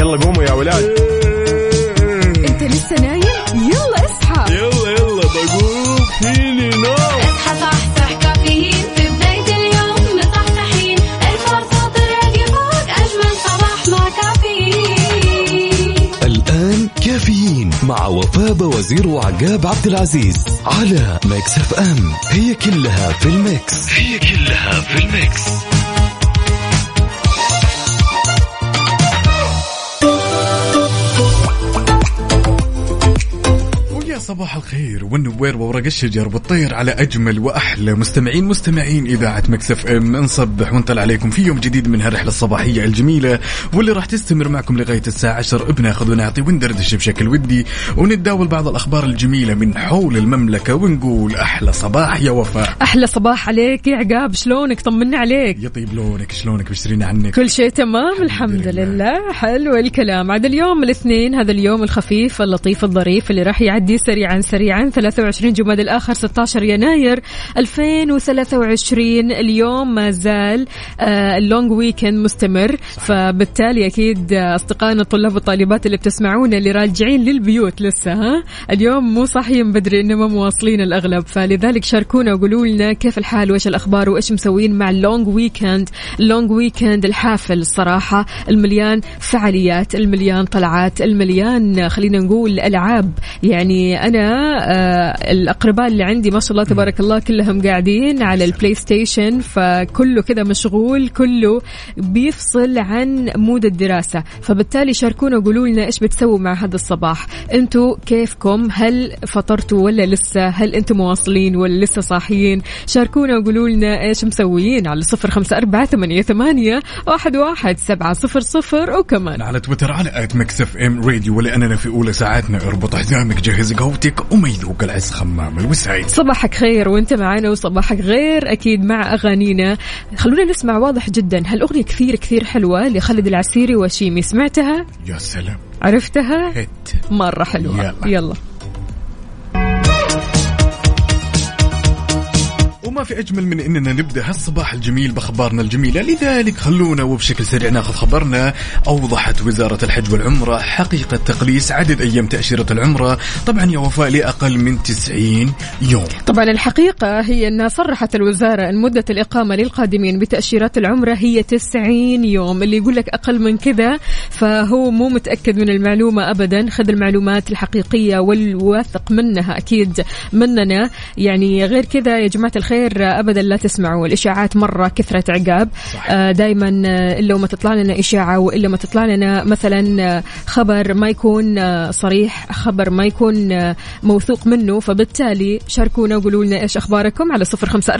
يلا قوموا يا ولاد. انت لسه نايم؟ يلا اصحى. يلا بقوم فيني نوم. اصحى صحصح كافيين في بداية اليوم مصحصحين. الفرصة تراك فوق أجمل صباح مع كافيين. الآن كافيين مع وفاء بوزير وعقاب عبد العزيز على ميكس اف ام. هي كلها في الميكس. صباح الخير والنوير وورق الشجر والطير على أجمل وأحلى مستمعين إذاعة ميكس اف ام. نصبح ونطلع عليكم في يوم جديد من هالرحلة الصباحية الجميلة واللي راح تستمر معكم لغاية الساعة 10. بناخذ ونعطي وندردش بشكل ودي ونتداول بعض الأخبار الجميلة من حول المملكة ونقول أحلى صباح يا وفاء. أحلى صباح عليك يا عقاب، شلونك؟ طمنا عليك. يطيب لونك، شلونك؟ بشترينا عنك. كل شيء تمام الحمد لله. حلو الكلام. عاد اليوم الاثنين، هذا اليوم الخفيف اللطيف الظريف اللي راح يعدي سريعا 23 جماد الآخر 16 يناير 2023. اليوم ما زال اللونج ويكند مستمر، فبالتالي أكيد أصدقائنا الطلاب والطالبات اللي بتسمعونا اللي راجعين للبيوت لسه اليوم مو صاحيين بدري إنما مواصلين الأغلب، فلذلك شاركونا وقولوا لنا كيف الحال وإيش الأخبار وإيش مسوين مع اللونج ويكند الحافل الصراحة، المليان فعاليات، المليان طلعات، المليان خلينا نقول ألعاب. يعني أنا الأقرباء اللي عندي ما شاء الله تبارك الله كلهم قاعدين على البلاي ستيشن، فكله كذا مشغول، كله بيفصل عن مود الدراسة. فبالتالي شاركونا وقولوا لنا إيش بتسووا مع هذا الصباح، أنتوا كيفكم؟ هل فطرتوا ولا لسه؟ هل أنتوا مواصلين ولا لسه صاحيين؟ شاركونا وقولوا لنا إيش مسويين على 0548811700 وكمان على تويتر على @mixfm radio. ولأننا في أولى ساعاتنا اربط حزامك، جهز قهوتك وما يذوق العز خمام الوسعيد. صباحك خير وانت معنا وصباحك غير أكيد مع أغانينا. خلونا نسمع واضح جدا هالأغنية كثير حلوة لخالد العسيري وشيمي. سمعتها؟ يا سلام. عرفتها؟ هت. مرة حلوة. يلا. وما في أجمل من إننا نبدأ هالصباح الجميل بأخبارنا الجميلة، لذلك خلونا وبشكل سريع ناخذ خبرنا. أوضحت وزارة الحج والعمرة حقيقة تقليص عدد أيام تأشيرة العمرة طبعا يا وفاء لأقل من 90 يوم. طبعا الحقيقة هي أنها صرحت الوزارة أن مدة الإقامة للقادمين بتأشيرات العمرة هي 90 يوم. اللي يقول لك أقل من كذا فهو مو متأكد من المعلومة أبدا. خذ المعلومات الحقيقية والواثق منها أكيد مننا. يعني غير كذا يا جماعة الخير أبدا لا تسمعوا الإشاعات، مرة كثرة عقاب. دايما إلا ما تطلع لنا إشاعة وإلا ما تطلع لنا مثلا خبر ما يكون صريح، خبر ما يكون موثوق منه. فبالتالي شاركونا وقولوا لنا إيش أخباركم على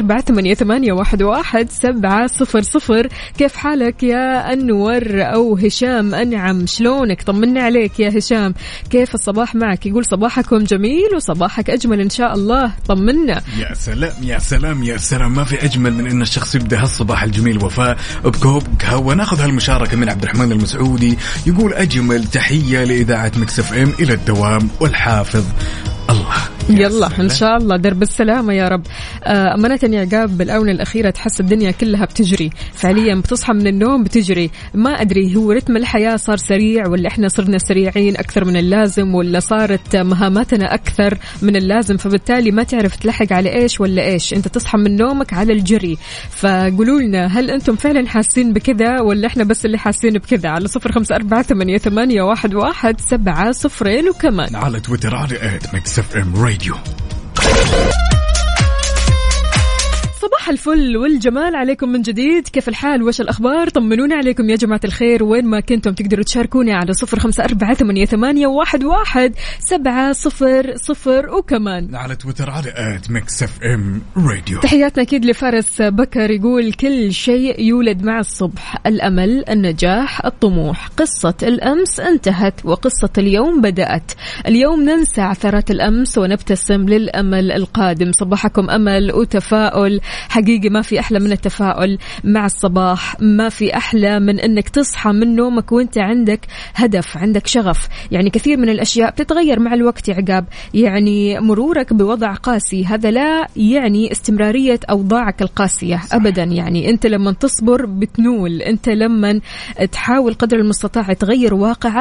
0548811700. كيف حالك يا أنور أو هشام أنعم؟ شلونك؟ طمنا عليك يا هشام. كيف الصباح معك؟ يقول صباحكم جميل وصباحك أجمل إن شاء الله. طمنا. يا سلام يا سلام يا سلام. ما في أجمل من إن الشخص يبدأ هالصباح الجميل وفاء بكوب قهوة. ناخذ هالمشاركة من عبد الرحمن المسعودي، يقول أجمل تحية لإذاعة ميكس اف ام إلى الدوام والحافظ الله. يلا إن شاء الله درب السلامة يا رب. أمانة يا عقاب بالآونة الأخيرة تحس الدنيا كلها بتجري فعليا، بتصحى من النوم بتجري. ما أدري هو رتم الحياة صار سريع ولا إحنا صرنا سريعين أكثر من اللازم ولا صارت مهاماتنا أكثر من اللازم، فبالتالي ما تعرف تلحق على إيش ولا إيش. أنت تصحى من نومك على الجري. فقولوا لنا هل أنتم فعلا حاسين بكذا ولا إحنا بس اللي حاسين بكذا على 0548811700 وكمان على تويتر على @mixfm radio. صباح الفل والجمال عليكم من جديد. كيف الحال وش الأخبار؟ طمنونا عليكم يا جماعة الخير وين ما كنتم. تقدروا تشاركوني على 0548811700 وكمان على تويتر على @mixfm radio. تحياتنا أكيد لفارس بكر، يقول كل شيء يولد مع الصبح، الأمل، النجاح، الطموح. قصة الأمس انتهت وقصة اليوم بدأت. اليوم ننسى عثرات الأمس ونبتسم للأمل القادم. صباحكم أمل وتفاؤل. حقيقي ما في أحلى من التفاؤل مع الصباح، ما في أحلى من أنك تصحى من نومك وأنت عندك هدف، عندك شغف. يعني كثير من الأشياء بتتغير مع الوقت يا عقاب، يعني مرورك بوضع قاسي هذا لا يعني استمرارية أوضاعك القاسية أبدا. يعني أنت لما تصبر بتنول، أنت لما تحاول قدر المستطاع تغير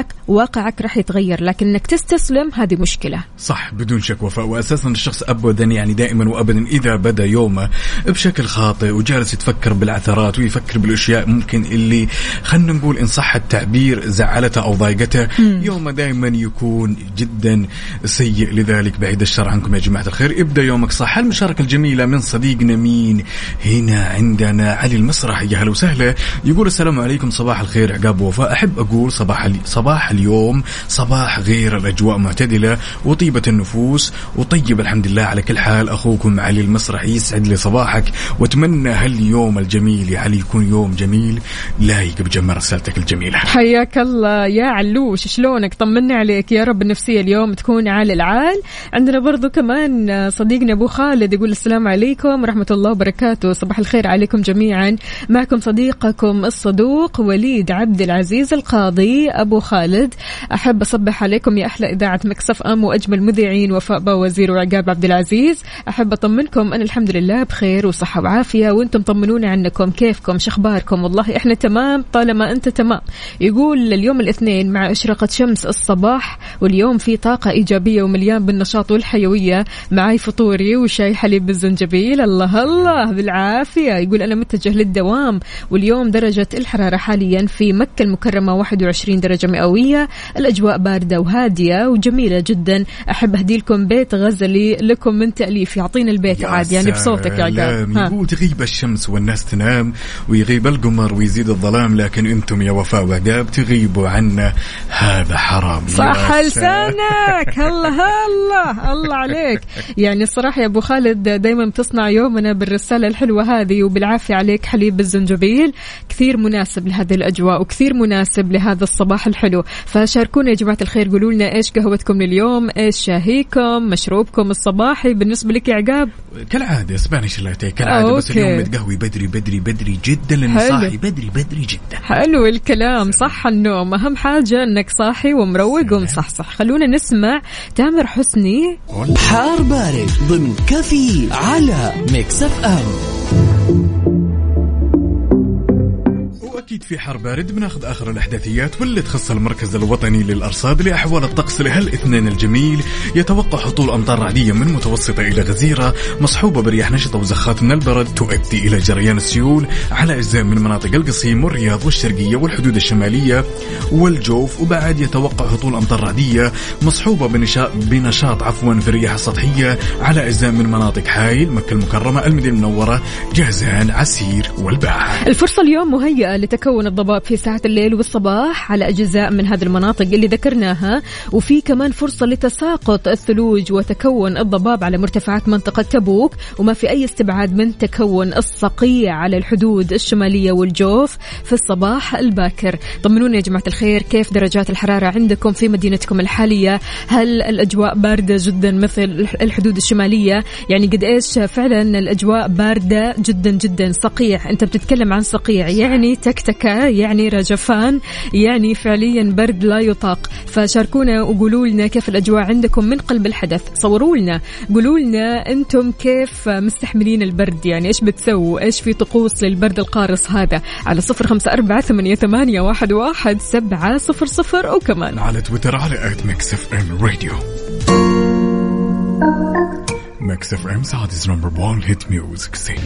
واقعك رح يتغير، لكن أنك تستسلم هذه مشكلة. صح بدون شك وفاء. وأساسا الشخص أبدا يعني دائما وأبدا إذا بدأ يومه بشكل خاطئ وجالس يتفكر بالعثرات ويفكر بالأشياء ممكن اللي خلنا نقول إن صح التعبير زعلته أو ضايقته، يومه دائما يكون جدا سيء. لذلك بعيد الشر عنكم يا جماعة الخير، ابدأ يومك صح. المشاركة الجميلة من صديقنا مين هنا عندنا علي المسرح، يا هلا وسهلا. يقول السلام عليكم صباح الخير عقاب وفاء، أحب أقول صباح اليوم صباح غير، الأجواء معتدلة وطيبة النفوس وطيب الحمد لله على كل حال. أخوكم علي المسرح، يسعد لي صباحك وأتمنى هاليوم الجميل يا علي يكون يوم جميل لايق بجمال رسالتك الجميلة. حياك الله يا علوش، شلونك؟ طمني عليك، يا رب النفسية اليوم تكون عال العال. عندنا برضو كمان صديقنا أبو خالد يقول السلام عليكم ورحمة الله وبركاته، صباح الخير عليكم جميعا، معكم صديقكم الصدوق وليد عبد العزيز القاضي. أبو خالد أحب أصبح عليكم يا أحلى إذاعة مكسف أم وأجمل مذيعين وفاء وزير وعقاب عبد العزيز. أحب أطمنكم أنا الحمد لله بخير وصحة وعافية، وأنتم طمنونا عنكم كيفكم شخباركم؟ والله إحنا تمام طالما أنت تمام. يقول اليوم الاثنين مع إشراقة شمس الصباح، واليوم في طاقة إيجابية ومليان بالنشاط والحيوية، معاي فطوري وشاي حليب بالزنجبيل. الله الله بالعافية. يقول أنا متجه للدوام، واليوم درجة الحرارة حاليا في مكة المكرمة 21 درجة مئوية، الأجواء باردة وهادية وجميلة جدا. أحب أهدي لكم بيت غزلي لكم من تأليف، يعطينا البيت عاد يعني بصوتك يا عقاب. يقول تغيب الشمس والناس تنام ويغيب القمر ويزيد الظلام، لكن أنتم يا وفاء وعقاب تغيبوا عنا، هذا حرام. صح لسانك. الله الله الله عليك. يعني الصراحة يا أبو خالد دايما بتصنع يومنا بالرسالة الحلوة هذه، وبالعافية عليك حليب بالزنجبيل، كثير مناسب لهذه الأجواء وكثير مناسب لهذا الصباح الحلو. فشاركونا يا جماعة الخير، قولوا لنا إيش قهوتكم لليوم، إيش شاهيكم، مشروبكم الصباحي. بالنسبة لك يا عقاب كالعادة اسبانيش اللاتيه كالعادة، بس اليوم متقهوي بدري جدا لأني صاحي بدري جدا. حلو الكلام. صح النوم أهم حاجة أنك صاحي ومروق ومصحصح. خلونا نسمع تامر حسني حار بارد ضمن كافيين على ميكس اف ام. أكيد في حر بارد بناخذ آخر الأحداثيات واللي تخص المركز الوطني للأرصاد لأحوال الطقس لهالاثنين الجميل. يتوقع هطول أمطار رعدية من متوسطة إلى غزيرة مصحوبة برياح نشطة وزخات من البرد تؤدي إلى جريان السيول على أجزاء من مناطق القصيم والرياض والشرقية والحدود الشمالية والجوف. وبعد يتوقع هطول أمطار رعدية مصحوبة بنشاط في الرياح السطحية على أجزاء من مناطق حائل، مكة المكرمة، المدينة المنورة، جازان، عسير والباحة. الفرصة اليوم مهيئة لتكون الضباب في ساعة الليل والصباح على أجزاء من هذه المناطق اللي ذكرناها، وفي كمان فرصة لتساقط الثلوج وتكون الضباب على مرتفعات منطقة تبوك، وما في أي استبعاد من تكون الصقيع على الحدود الشمالية والجوف في الصباح الباكر. طمنونا يا جماعة الخير كيف درجات الحرارة عندكم في مدينتكم الحالية؟ هل الأجواء باردة جدا مثل الحدود الشمالية؟ يعني قد إيش فعلا الأجواء باردة جدا جدا. صقيع، أنت بتتكلم عن صقيع يعني تكتكة، يعني رجفان، يعني فعليا برد لا يطاق. فشاركونا وقولوا لنا كيف الأجواء عندكم من قلب الحدث. صوروا لنا، قولوا لنا أنتم كيف مستحملين البرد، يعني إيش بتسووا، إيش في طقوس للبرد القارص هذا على 0548811700 وكمان على تويتر على @mixfmradio. Mix FM Saudi's #1 hit music scene.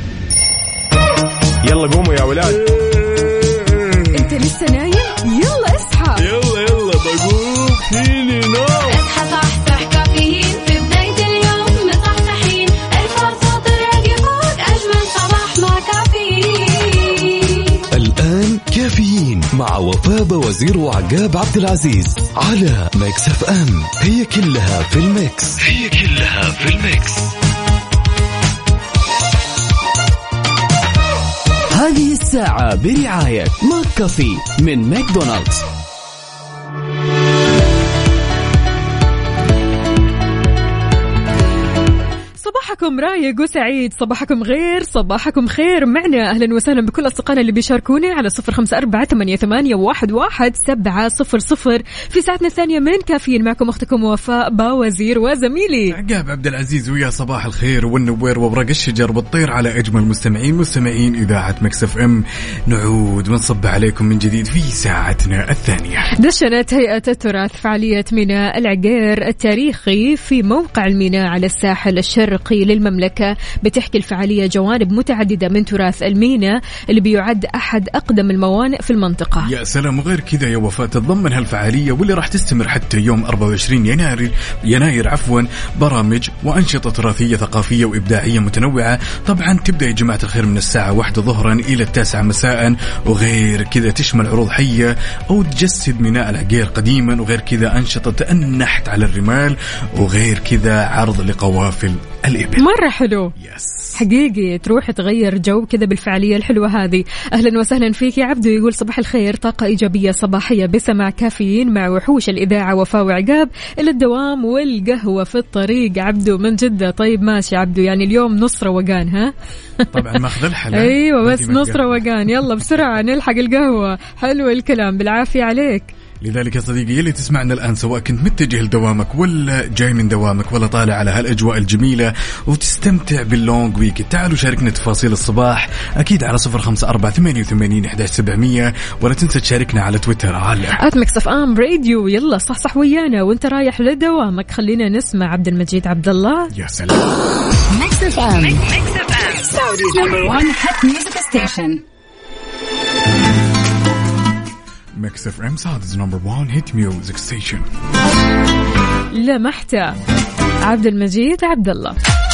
يلا قوموا يا ولاد. انت لسه نايم؟ يلا اصحى. يلا بقوم فيني نوم. اصحى صحصح كافيين في بداية اليوم مصحصحين، الفرصة الراديو فوق أجمل صباح مع كافيين. الآن كافيين مع وفاء وزير وعقاب عبد العزيز على ميكس اف ام. هي كلها في الميكس. هذه الساعة برعاية ماك كافي من ماكدونالدز. صباحكم رايق وسعيد، صباحكم غير، صباحكم خير معنا. أهلا وسهلا بكل أصدقائنا اللي بيشاركوني على 0548811700 في ساعتنا الثانية من كافيين. معكم أختكم وفاء باوزير وزميلي عقاب عبد العزيز، ويا صباح الخير والنوير وورق الشجر والطير على أجمل مستمعين إذاعة مكس اف ام. نعود ونصب عليكم من جديد في ساعتنا الثانية. دشنت هيئة التراث فعالية ميناء العقير التاريخي في موقع الميناء على الساحل الشرقي للمملكة. بتحكي الفعالية جوانب متعددة من تراث الميناء اللي بيعد أحد أقدم الموانئ في المنطقة. يا سلام، وغير كذا يا وفاء تتضمن هالفعالية واللي راح تستمر حتى يوم 24 يناير برامج وأنشطة تراثية ثقافية وإبداعية متنوعة. طبعا تبدأ يا جماعة الخير من الساعة 1 ظهرا إلى 9 مساء. وغير كذا تشمل عروض حية أو تجسد ميناء العقير قديما. وغير كذا أنشطة النحت على الرمال. وغير كذا عرض لقوافل الإبل. مرة حلو. يس. حقيقي تروح تغير جو كذا بالفعالية الحلوة هذه. أهلا وسهلا فيك يا عبدو. يقول صباح الخير، طاقة إيجابية صباحية بسمع كافيين مع وحوش الإذاعة وفاء وعقاب إلى الدوام والقهوة في الطريق. عبدو من جدة. طيب ماشي عبدو، يعني اليوم نص روقان ها؟ طبعا ماخذ الحلا. أيوة بس نص روقان، يلا بسرعة نلحق القهوة. حلو الكلام، بالعافية عليك. لذلك يا صديقي يلي تسمعنا الآن، سواء كنت متجه لدوامك ولا جاي من دوامك ولا طالع على هالأجواء الجميلة وتستمتع باللونج ويك، تعالوا شاركنا تفاصيل الصباح أكيد على 0548811700. ولا تنسى تشاركنا على تويتر على @mixfm_radio. يلا صح ويانا وانت رايح لدوامك. خلينا نسمع عبد المجيد عبد الله. يا سلام. Mix FM. Saudi's #1 hit music station. مكس اف ام Saudi's #1 hit music station. لمحت عبد المجيد عبد الله.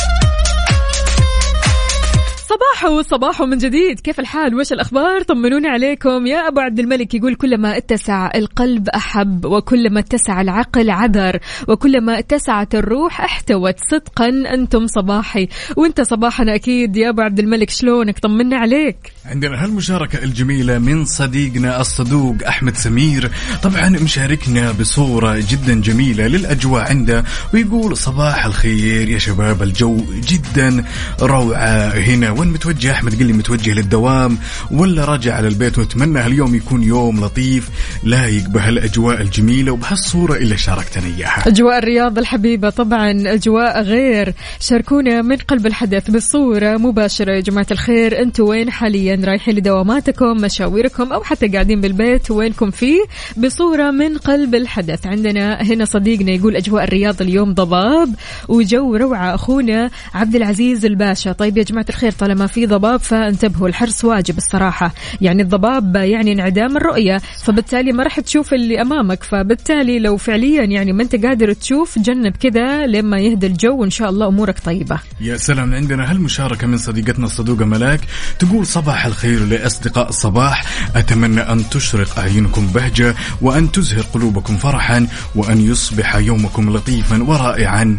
صباح من جديد، كيف الحال؟ وش الأخبار؟ طمنوني عليكم يا أبو عبد الملك. يقول كلما اتسع القلب أحب، وكلما اتسع العقل عذر، وكلما اتسعت الروح احتوت. صدقا أنتم صباحي وانت صباحنا أكيد يا أبو عبد الملك. شلونك؟ طمنا عليك. عندنا هالمشاركة الجميلة من صديقنا الصدوق أحمد سمير، طبعا مشاركنا بصورة جدا جميلة للأجواء عنده، ويقول صباح الخير يا شباب، الجو جدا روعة هنا. وين متوجه أحمد؟ قل لي متوجه للدوام ولا راجع على البيت؟ واتمنى هاليوم يكون يوم لطيف لايق بهالأجواء الجميلة وبهالصورة اللي شاركتنا إياها. أجواء الرياض الحبيبة طبعا أجواء غير. شاركونا من قلب الحدث بالصورة مباشرة يا جماعة الخير. أنتوا وين حاليا؟ رايحين لدواماتكم، مشاويركم، أو حتى قاعدين بالبيت وينكم فيه؟ بصورة من قلب الحدث. عندنا هنا صديقنا يقول أجواء الرياض اليوم ضباب وجو روعة. أخونا عبد العزيز الباشا. طيب يا جماعة الخير، طالما في ضباب فانتبهوا، الحرص واجب الصراحة. يعني الضباب يعني انعدام الرؤية، فبالتالي ما راح تشوف اللي أمامك. فبالتالي لو فعليا يعني ما انت قادر تشوف، جنب كذا لما يهدى الجو وإن شاء الله أمورك طيبة. يا سلام. عندنا هالمشاركة من صديقتنا الصدوقة ملاك، تقول صباح الخير لأصدقاء الصباح، أتمنى أن تشرق أعينكم بهجة وأن تزهر قلوبكم فرحا وأن يصبح يومكم لطيفا ورائعا.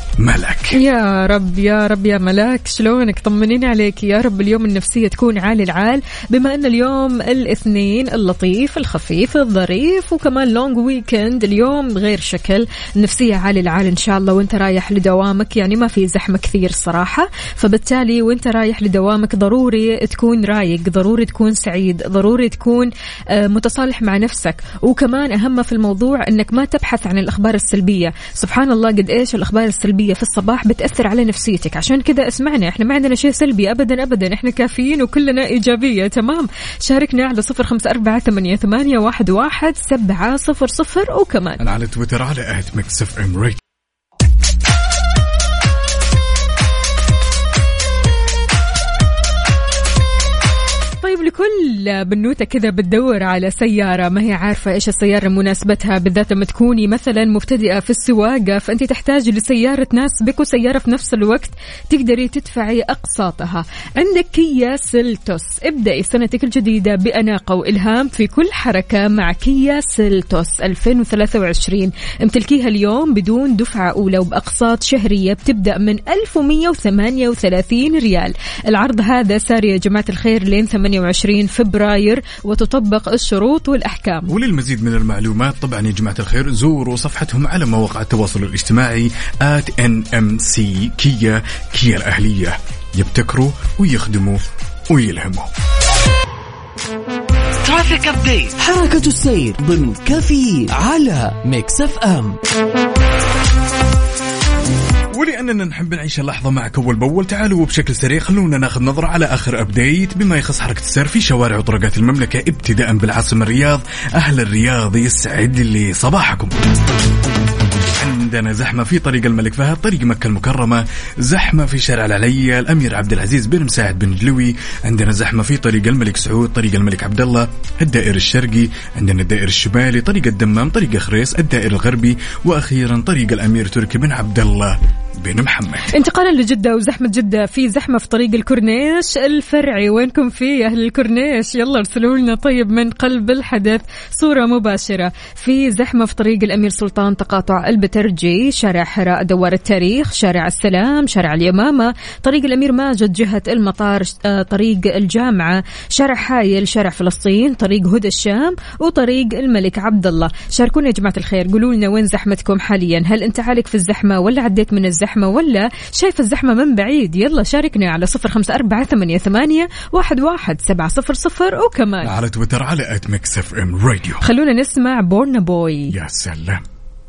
ملك. يا رب يا رب يا ملاك، شلونك؟ طمنين عليك يا رب. اليوم النفسية تكون عالي العال، بما أن اليوم الاثنين اللطيف الخفيف الظريف وكمان لونج ويكند. اليوم غير شكل، النفسية عالي العال إن شاء الله. وانت رايح لدوامك يعني ما في زحمة كثير صراحة، فبالتالي وانت رايح لدوامك ضروري تكون رايق، ضروري تكون سعيد، ضروري تكون متصالح مع نفسك. وكمان أهم في الموضوع أنك ما تبحث عن الأخبار السلبية. سبحان الله قد إيش الأخبار السلبية في الصباح بتأثر على نفسيتك. عشان كذا اسمعنا، احنا ما عندنا شيء سلبي أبدا أبدا، احنا كافيين وكلنا إيجابية. تمام؟ شاركنا على 0548811700 وكمان أنا على تويتر على @mixfm_radio. طيب لكل بنوتة كذا بتدور على سيارة ما هي عارفة إيش السيارة مناسبتها، بالذات لما تكوني مثلا مبتدئة في السواقة، فأنت تحتاج لسيارة تناسبك وسيارة في نفس الوقت تقدري تدفعي أقساطها. عندك كيا سيلتوس. ابدأي سنتك الجديدة بأناقة وإلهام في كل حركة مع كيا سيلتوس 2023. امتلكيها اليوم بدون دفعة أولى وبأقساط شهرية بتبدأ من 1138 ريال. العرض هذا ساري يا جماعة الخير لين 28 22 فبراير وتطبق الشروط والأحكام. وللمزيد من المعلومات طبعا يا جماعة الخير زوروا صفحتهم على مواقع التواصل الاجتماعي @NMC كيا الأهلية، يبتكروا ويخدموا ويلهموا. ترافيك أبديت، حركة السير ضمن كافيين على ميكس اف ام. ولأننا نحب نعيش اللحظة معك أول بأول، تعالوا بشكل سريع خلونا ناخذ نظرة على آخر أبديت بما يخص حركة السير في شوارع وطرقات المملكة، ابتداء بالعاصمة الرياض. أهل الرياض يسعد لي صباحكم. عندنا زحمة في طريق الملك فهد، طريق مكة المكرمة، زحمة في شارع العليا الأمير عبد العزيز بن مساعد بن جلوي، عندنا زحمة في طريق الملك سعود، طريق الملك عبد الله، الدائر الشرقي، عندنا الدائر الشمالي، طريق الدمام، طريق خريس، الدائر الغربي، وأخيرا طريق الأمير تركي بن عبد الله بن محمد. انتقالا لجدة وزحمة جدة، في زحمة في طريق الكورنيش الفرعي. وينكم في أهل الكورنيش؟ يلا ارسلوا لنا طيب من قلب الحدث صورة مباشرة. في زحمة في طريق الأمير سلطان، تقاطع البترجي، شارع حراء دوار التاريخ، شارع السلام، شارع اليمامة، طريق الأمير ماجد جهة المطار، طريق الجامعة، شارع حايل، شارع فلسطين، طريق هدى الشام، وطريق الملك عبد الله. شاركونا يا جماعة الخير، قولوا لنا وين زحمتكم حاليا، هل أنت عالق في الزحمة ولا عديت من الزحمة ولا شايف الزحمة من بعيد؟ يلا شاركنا على 0548811700 وكمان على تويتر على @mixfmradio. خلونا نسمع بورنا بوي. يا سلام،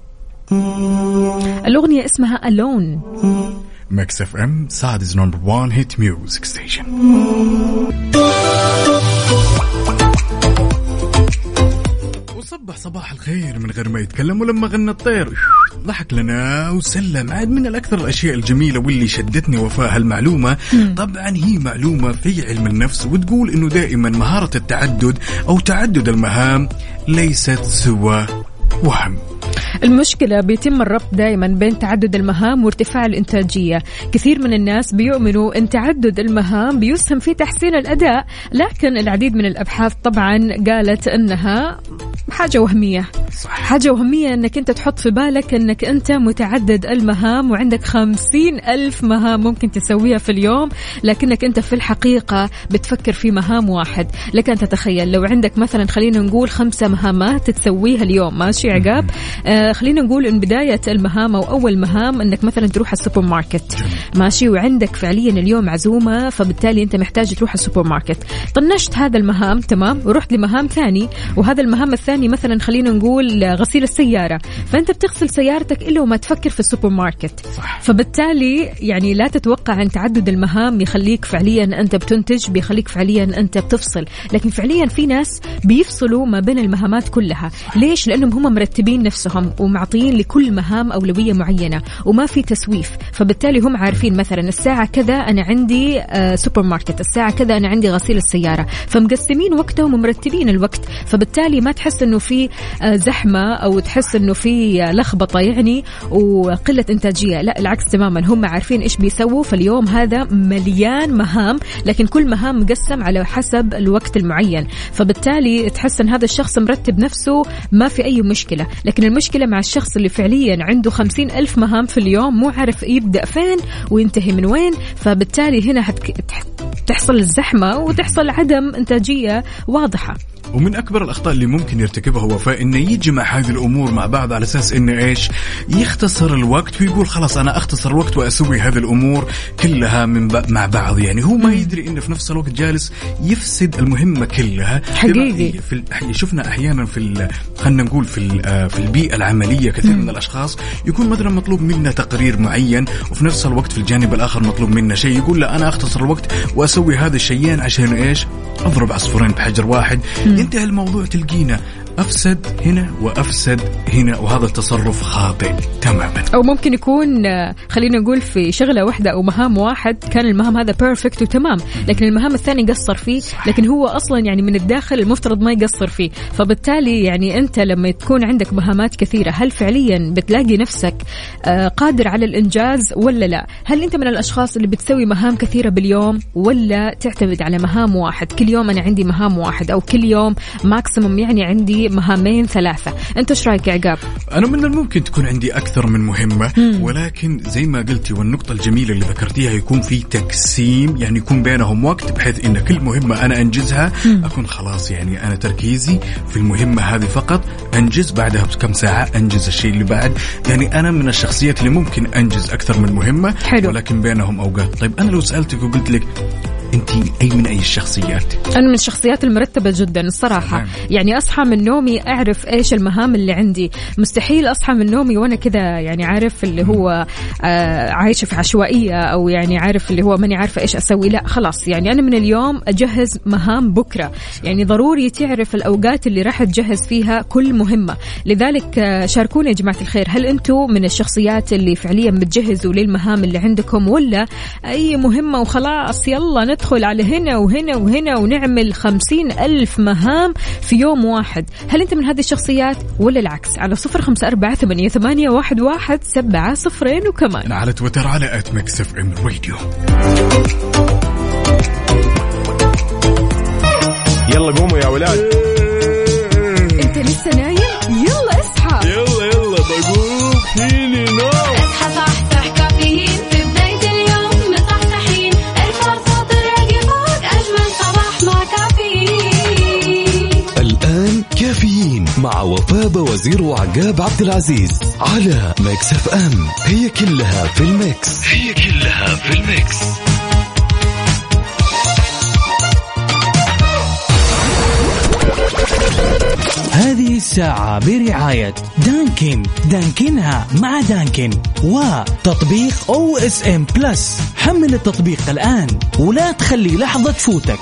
الأغنية اسمها Alone. Mix FM Saudi's #1 hit music station. صباح الخير من غير ما يتكلم، ولما غنى الطير ضحك لنا وسلم. عاد من الأكثر الأشياء الجميلة واللي شدتني وفاء هالمعلومة، طبعا هي معلومة في علم النفس، وتقول إنه دائما مهارة التعدد أو تعدد المهام ليست سوى وهم. المشكلة بيتم الربط دائما بين تعدد المهام وارتفاع الإنتاجية. كثير من الناس بيؤمنوا أن تعدد المهام بيسهم في تحسين الأداء، لكن العديد من الأبحاث طبعا قالت أنها حاجة وهمية. حاجة وهمية أنك أنت تحط في بالك أنك أنت متعدد المهام وعندك 50,000 مهام ممكن تسويها في اليوم، لكنك أنت في الحقيقة بتفكر في مهام واحد. لك أن تتخيل لو عندك مثلا خلينا نقول 5 مهامات تسويها اليوم، ماشي عقاب؟ خلينا نقول إن بداية المهام أو أول مهام أنك مثلا تروح السوبر ماركت، ماشي، وعندك فعليا اليوم عزومة، فبالتالي أنت محتاج تروح السوبر ماركت. طنشت هذا المهام تمام ورحت لمهام ثاني، وهذا المهام الثاني مثلا خلينا نقول غسيل السيارة، فأنت بتغسل سيارتك إلا وما تفكر في السوبر ماركت. فبالتالي يعني لا تتوقع أن تعدد المهام يخليك فعليا أنت بتنتج، بيخليك فعليا أنت بتفصل. لكن فعليا في ناس بيفصلوا ما بين المهامات كلها. ليش؟ لأنهم هم مرتبين نفسهم ومعطيين لكل مهام أولوية معينة وما في تسويف. فبالتالي هم عارفين مثلا الساعة كذا أنا عندي سوبر ماركت، الساعة كذا أنا عندي غسيل السيارة، فمقسمين وقتهم ومرتبين الوقت. فبالتالي ما تحس إنه في زحمة أو تحس إنه في لخبطة يعني وقلة إنتاجية، لا العكس تماما، هم عارفين إيش بيسووا. فاليوم هذا مليان مهام، لكن كل مهام مقسم على حسب الوقت المعين، فبالتالي تحس إن هذا الشخص مرتب نفسه ما في أي مشكلة. لكن المشكلة مع الشخص اللي فعليا عنده 50,000 مهام في اليوم، مو عارف يبدأ فين وينتهي من وين. فبالتالي هنا تحصل الزحمة وتحصل عدم إنتاجية واضحة. ومن أكبر الأخطاء اللي ممكن يرتكبها وفاء إنه يجمع هذه الأمور مع بعض على أساس إنه إيش يختصر الوقت، ويقول خلاص أنا أختصر الوقت وأسوي هذه الأمور كلها مع بعض. يعني هو ما يدري إنه في نفس الوقت جالس يفسد المهمة كلها حقيقي. شفنا أحيانا خلنا نقول في البيئة العملية كثير من الأشخاص يكون مثلا مطلوب منا تقرير معين، وفي نفس الوقت في الجانب الآخر مطلوب منا شيء، يقول لا أنا أختصر الوقت وأسوي هذا الشيئين عشان إيش أضرب عصفورين بحجر واحد. انتهى الموضوع، تلقينا أفسد هنا وأفسد هنا، وهذا التصرف خاطئ تماما. أو ممكن يكون خلينا نقول في شغلة واحدة أو مهام واحد كان المهام هذا بيرفكت وتمام، لكن المهام الثانية قصر فيه، لكن هو أصلا يعني من الداخل المفترض ما يقصر فيه. فبالتالي يعني أنت لما تكون عندك مهامات كثيرة، هل فعليا بتلاقي نفسك قادر على الإنجاز ولا لا؟ هل أنت من الأشخاص اللي بتسوي مهام كثيرة باليوم، ولا تعتمد على مهام واحد؟ كل يوم أنا عندي مهام واحد، أو كل يوم ماكسيموم يعني عندي مهامين 3. أنت إيش رأيك يا عقاب؟ أنا من الممكن تكون عندي أكثر من مهمة، ولكن زي ما قلتي والنقطة الجميلة اللي ذكرتيها يكون في تقسيم، يعني يكون بينهم وقت بحيث إن كل مهمة أنا أنجزها أكون خلاص يعني أنا تركيزي في المهمة هذه فقط، أنجز بعدها بكم ساعة أنجز الشيء اللي بعد. يعني أنا من الشخصيات اللي ممكن أنجز أكثر من مهمة، حلو. ولكن بينهم أوقات. طيب أنا لو سألتك وقلت لك أنت من أي الشخصيات؟ أنا من الشخصيات المرتبة جدا الصراحة. يعني أصحى من نومي أعرف إيش المهام اللي عندي. مستحيل أصحى من نومي وأنا كذا يعني عارف اللي هو عايشة في عشوائية، أو يعني عارف اللي هو ماني عارفة إيش أسوي. لا خلاص، يعني أنا من اليوم أجهز مهام بكرة. يعني ضروري تعرف الأوقات اللي راح تجهز فيها كل مهمة. لذلك شاركونا يا جماعة الخير، هل أنتم من الشخصيات اللي فعليا بتجهزوا للمهام اللي عندكم، ولا أي مهمة وخلاص يلا ندخل على هنا وهنا وهنا ونعمل 50,000 مهام في يوم واحد؟ هل أنت من هذه الشخصيات ولا العكس؟ على 0548811700 وكمان على تويتر على @mixfmradio. يلا قوموا يا ولاد. أنت لسه نايم؟ يلا اصحى. يلا بقوم فيني نوم. اصحى صحصح كافيين في بداية اليوم مصحصحين، الفرصة تراقي فوق أجمل صباح مع كافيين. الآن كافيين مع وفاء وزير وعقاب عبد العزيز على ميكس اف ام. هي كلها في الميكس. هذه الساعة برعاية دانكنها مع دانكن، وتطبيق OSM Plus. حمل التطبيق الآن ولا تخلي لحظة تفوتك.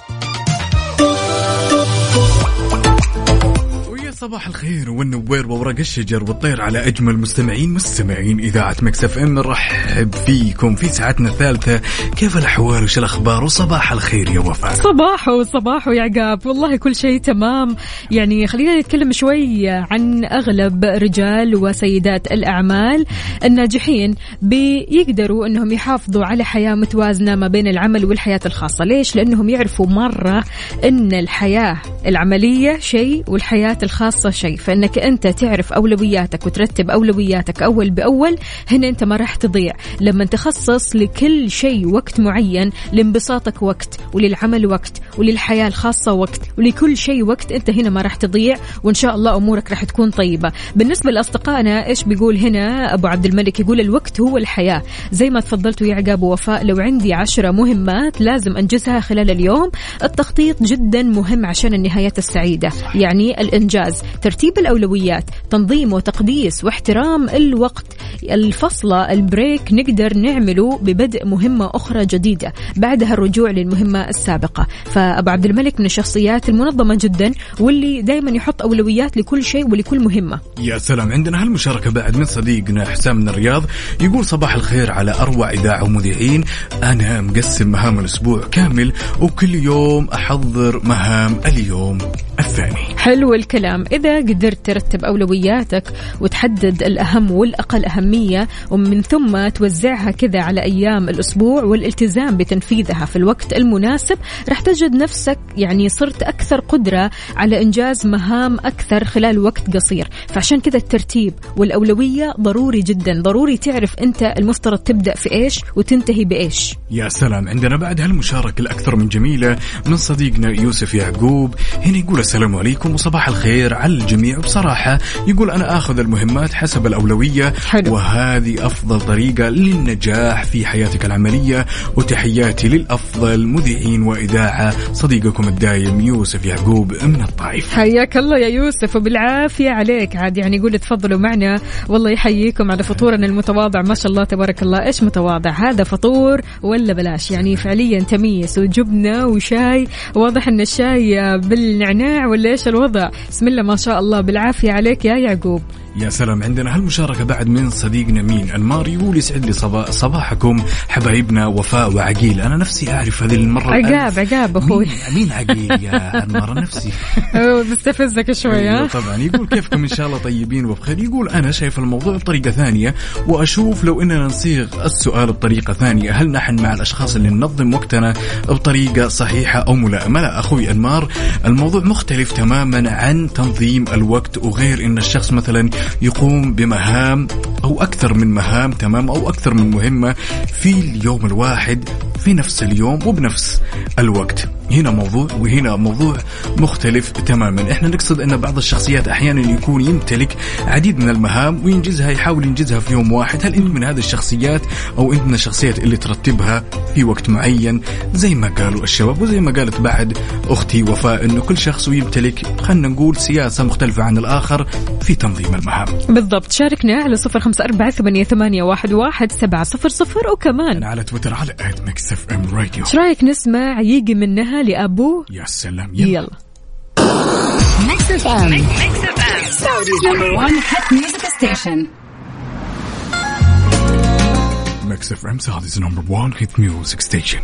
صباح الخير والنوير وورق الشجر والطير على أجمل مستمعين إذاعة ميكس اف ام. نرحب فيكم في ساعتنا الثالثة. كيف الأحوال وش الأخبار؟ وصباح الخير يا وفاء. صباحو يا عقاب، والله كل شيء تمام. يعني خلينا نتكلم شوي عن أغلب رجال وسيدات الأعمال الناجحين بيقدروا أنهم يحافظوا على حياة متوازنة ما بين العمل والحياة الخاصة. ليش؟ لأنهم يعرفوا مرة أن الحياة العملية شيء والحياة الخاصة شيء. فإنك أنت تعرف أولوياتك وترتب أولوياتك أول بأول، هنا أنت ما راح تضيع. لما تخصص لكل شيء وقت معين، لانبساطك وقت، وللعمل وقت، وللحياة الخاصة وقت، ولكل شيء وقت، أنت هنا ما راح تضيع، وإن شاء الله أمورك راح تكون طيبة. بالنسبة لأصدقائنا إيش بيقول هنا أبو عبد الملك؟ يقول الوقت هو الحياة. زي ما تفضلتوا يا عقاب ووفاء، لو عندي 10 مهمات لازم أنجزها خلال اليوم. التخطيط جدا مهم عشان النهايات السعيدة، يعني الإنجاز، ترتيب الأولويات، تنظيم وتقديس واحترام الوقت. الفصلة البريك نقدر نعمله ببدء مهمة أخرى جديدة، بعدها الرجوع للمهمة السابقة. فأبو عبد الملك من الشخصيات المنظمة جدا، واللي دايما يحط أولويات لكل شيء ولكل مهمة. يا سلام. عندنا هالمشاركة بعد من صديقنا حسام من الرياض، يقول صباح الخير على أروع إذاعة ومذيعين. أنا مقسم مهام الأسبوع كامل، وكل يوم أحضر مهام اليوم الثاني. حلو الكلام. إذا قدرت ترتب أولوياتك وتحدد الأهم والأقل أهمية، ومن ثم توزعها كذا على أيام الأسبوع والالتزام بتنفيذها في الوقت المناسب، رح تجد نفسك يعني صرت أكثر قدرة على إنجاز مهام أكثر خلال وقت قصير. فعشان كذا الترتيب والأولوية ضروري جدا. ضروري تعرف أنت المفترض تبدأ في إيش وتنتهي بإيش. يا سلام. عندنا بعد هالمشاركة الأكثر من جميلة من صديقنا يوسف يعقوب. هنا يقول السلام عليكم وصباح الخير على الجميع. بصراحة يقول أنا أخذ المهمات حسب الأولوية، حلو. وهذه أفضل طريقة للنجاح في حياتك العملية. وتحياتي للأفضل مذيعين وإذاعة، صديقكم الدايم يوسف يعقوب من الطائف. حياك الله يا يوسف وبالعافية عليك. عاد يعني يقول تفضلوا معنا، والله يحييكم على فطورنا المتواضع. ما شاء الله تبارك الله. إيش متواضع هذا؟ فطور ولا بلاش؟ يعني فعليا تميس وجبنة وشاي. واضح أن الشاي بالنعناع ولا إيش الوضع؟ بسم الله ما شاء الله. بالعافية عليك يا يعقوب. يا سلام. عندنا هالمشاركة بعد من صديقنا مين أنمار، يقول يسعد لي صباحكم حبايبنا وفاء وعقيل. أنا نفسي أعرف هذه المرة عقاب أخوي. مين عقيل يا أنمار؟ نفسي بستفزك شوية. طبعا. يقول كيفكم؟ إن شاء الله طيبين وبخير. يقول أنا شايف الموضوع بطريقة ثانية، وأشوف لو إننا نصيغ السؤال بطريقة ثانية، هل نحن مع الأشخاص اللي ننظم وقتنا بطريقة صحيحة أو ملائمة؟ لا أخوي أنمار، الموضوع مختلف تماما عن تنظيم تنظيم الوقت، وغير إن الشخص مثلا يقوم بمهام أو أكثر من مهام، تمام، أو أكثر من مهمة في اليوم الواحد في نفس اليوم وبنفس الوقت. هنا موضوع وهنا موضوع مختلف تماما. احنا نقصد ان بعض الشخصيات احيانا يكون يمتلك عديد من المهام وينجزها، يحاول ينجزها في يوم واحد. هل انت من هذه الشخصيات او انت من الشخصيات اللي ترتبها في وقت معين زي ما قالوا الشباب، وزي ما قالت بعد اختي وفاء انه كل شخص يمتلك خلنا نقول سياسة مختلفة عن الاخر في تنظيم المهام؟ بالضبط. شاركنا على 0548811700 وكمان على تويتر على @mixfmradio. ايش رايك نسمع يجي منها لأبو؟ يا سلام يلا Mix FM. Saudi's number one hit music station. Mix FM, Saudi's number one hit music station.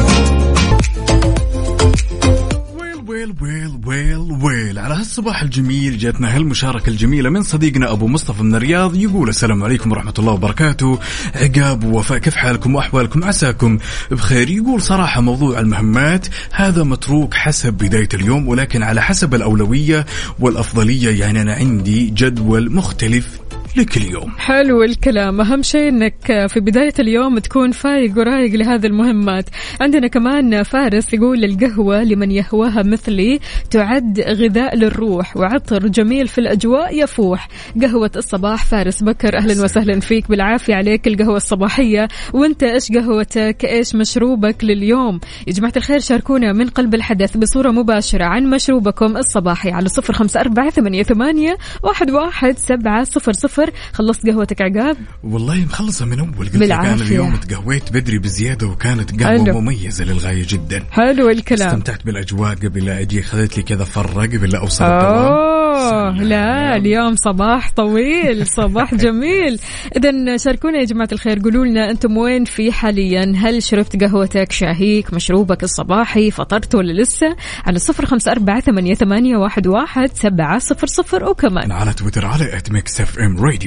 ويل على هالصباح الجميل جاتنا هالمشاركة الجميلة من صديقنا أبو مصطفى من الرياض. يقول السلام عليكم ورحمة الله وبركاته. عقاب ووفاء، كيف حالكم وأحوالكم؟ عساكم بخير. يقول صراحة موضوع المهمات هذا متروك حسب بداية اليوم، ولكن على حسب الأولوية والأفضلية. يعني أنا عندي جدول مختلف لكل يوم. حلو الكلام. أهم شيء أنك في بداية اليوم تكون فايق ورايق لهذه المهمات. عندنا كمان فارس يقول القهوة لمن يهواها مثلي تعد غذاء للروح وعطر جميل في الأجواء يفوح. قهوة الصباح. فارس بكر أهلا وسهلا فيك، بالعافية عليك القهوة الصباحية. وانت إيش قهوتك؟ إيش مشروبك لليوم؟ يا جماعة الخير شاركونا من قلب الحدث بصورة مباشرة عن مشروبكم الصباحي على 0548811700. خلصت قهوتك عقاب؟ والله مخلصة من أول. قلت لك أنا اليوم تقهويت بدري بزيادة وكانت قهوة مميزة للغاية جدا. حلو الكلام. استمتعت بالأجواء قبل لا أجي، خذت لي كذا فرة قبل لا أوصل الدوام. لا اليوم صباح طويل، صباح جميل. إذن شاركونا يا جماعة الخير، قولوا لنا أنتم وين في حاليا. هل شربت قهوتك، شاهيك، مشروبك الصباحي، فطرت ولا لسه؟ على 0548811700 وكمان على تويتر على @mixfmradio.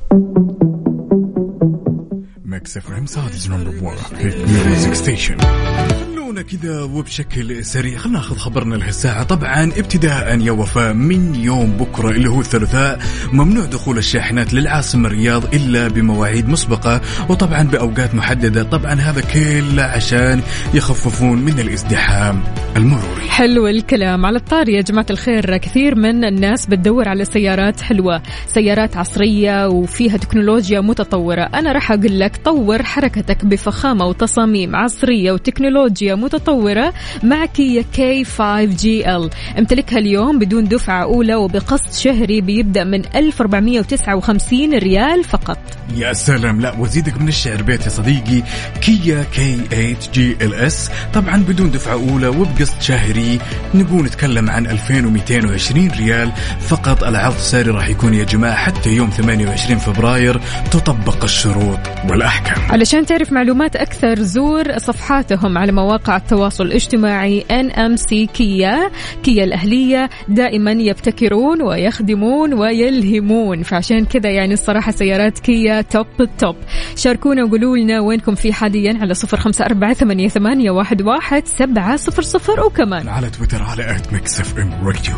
Mix FM Saudi's number one hit music station. خلونا كذا وبشكل سريع خلنا ناخذ خبرنا لهالساعة. طبعا ابتداء يا وفاء من يوم بكرة اللي هو الثلاثاء ممنوع دخول الشاحنات للعاصمة الرياض إلا بمواعيد مسبقة وطبعا بأوقات محددة. طبعا هذا كله عشان يخففون من الازدحام المروري. حلو الكلام. على الطاري يا جماعة الخير، كثير من الناس بتدور على سيارات حلوة، سيارات عصرية وفيها تكنولوجيا متطورة. أنا راح أقول لك طور حركتك بفخامة وتصاميم عصرية وتكنولوجيا متطورة مع كيا K5GL. امتلكها اليوم بدون دفعة أولى وبقسط شهري بيبدأ من 1459 ريال فقط. يا سلام. لا وزيدك من الشعر بيت يا صديقي. كيا K8GLS طبعا بدون دفعة أولى وبقسط شهري نقول نتكلم عن 2220 ريال فقط. العرض ساري راح يكون يا جماعة حتى يوم 28 فبراير. تطبق الشروط والأحكام. علشان تعرف معلومات أكثر زور صفحاتهم على مواقع التواصل الاجتماعي. NMC كيا الأهلية دائما يبتكرون ويخدمون ويلهمون، فعشان كذا يعني الصراحة سيارات كيا توب التوب. شاركونا وقولوا لنا وينكم في حاليا على 0548811700 وكمان على تويتر على @mixfmradio.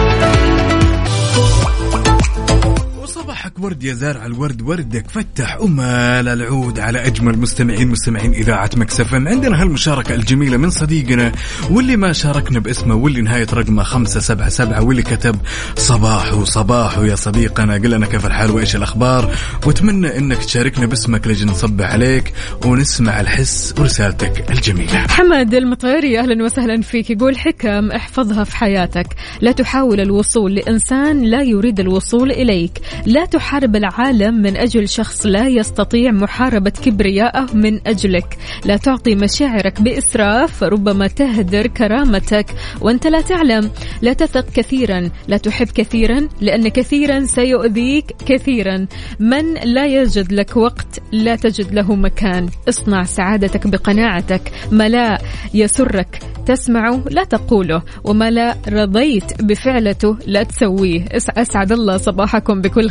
صباحك ورد يا زارع الورد، وردك فتح أمال العود على أجمل مستمعين إذاعة مكس اف ام. عندنا هالمشاركة الجميلة من صديقنا واللي ما شاركنا باسمه واللي نهاية رقمه 577 واللي كتب صباحو يا صديقنا، قل لنا كيف الحال وإيش الأخبار، واتمنى إنك تشاركنا باسمك لجن نصبح عليك ونسمع الحس ورسالتك الجميلة. حمد المطيري أهلا وسهلا فيك، يقول حكم احفظها في حياتك. لا تحاول الوصول لإنسان لا يريد الوصول إليك. لا تحارب العالم من أجل شخص لا يستطيع محاربة كبرياءه من أجلك. لا تعطي مشاعرك بإسراف، ربما تهدر كرامتك وأنت لا تعلم. لا تثق كثيرا، لا تحب كثيرا، لأن كثيرا سيؤذيك كثيرا. من لا يجد لك وقت لا تجد له مكان. اصنع سعادتك بقناعتك. ما لا يسرك تسمعه لا تقوله، وما لا رضيت بفعلته لا تسويه. أسعد الله صباحكم بكل خير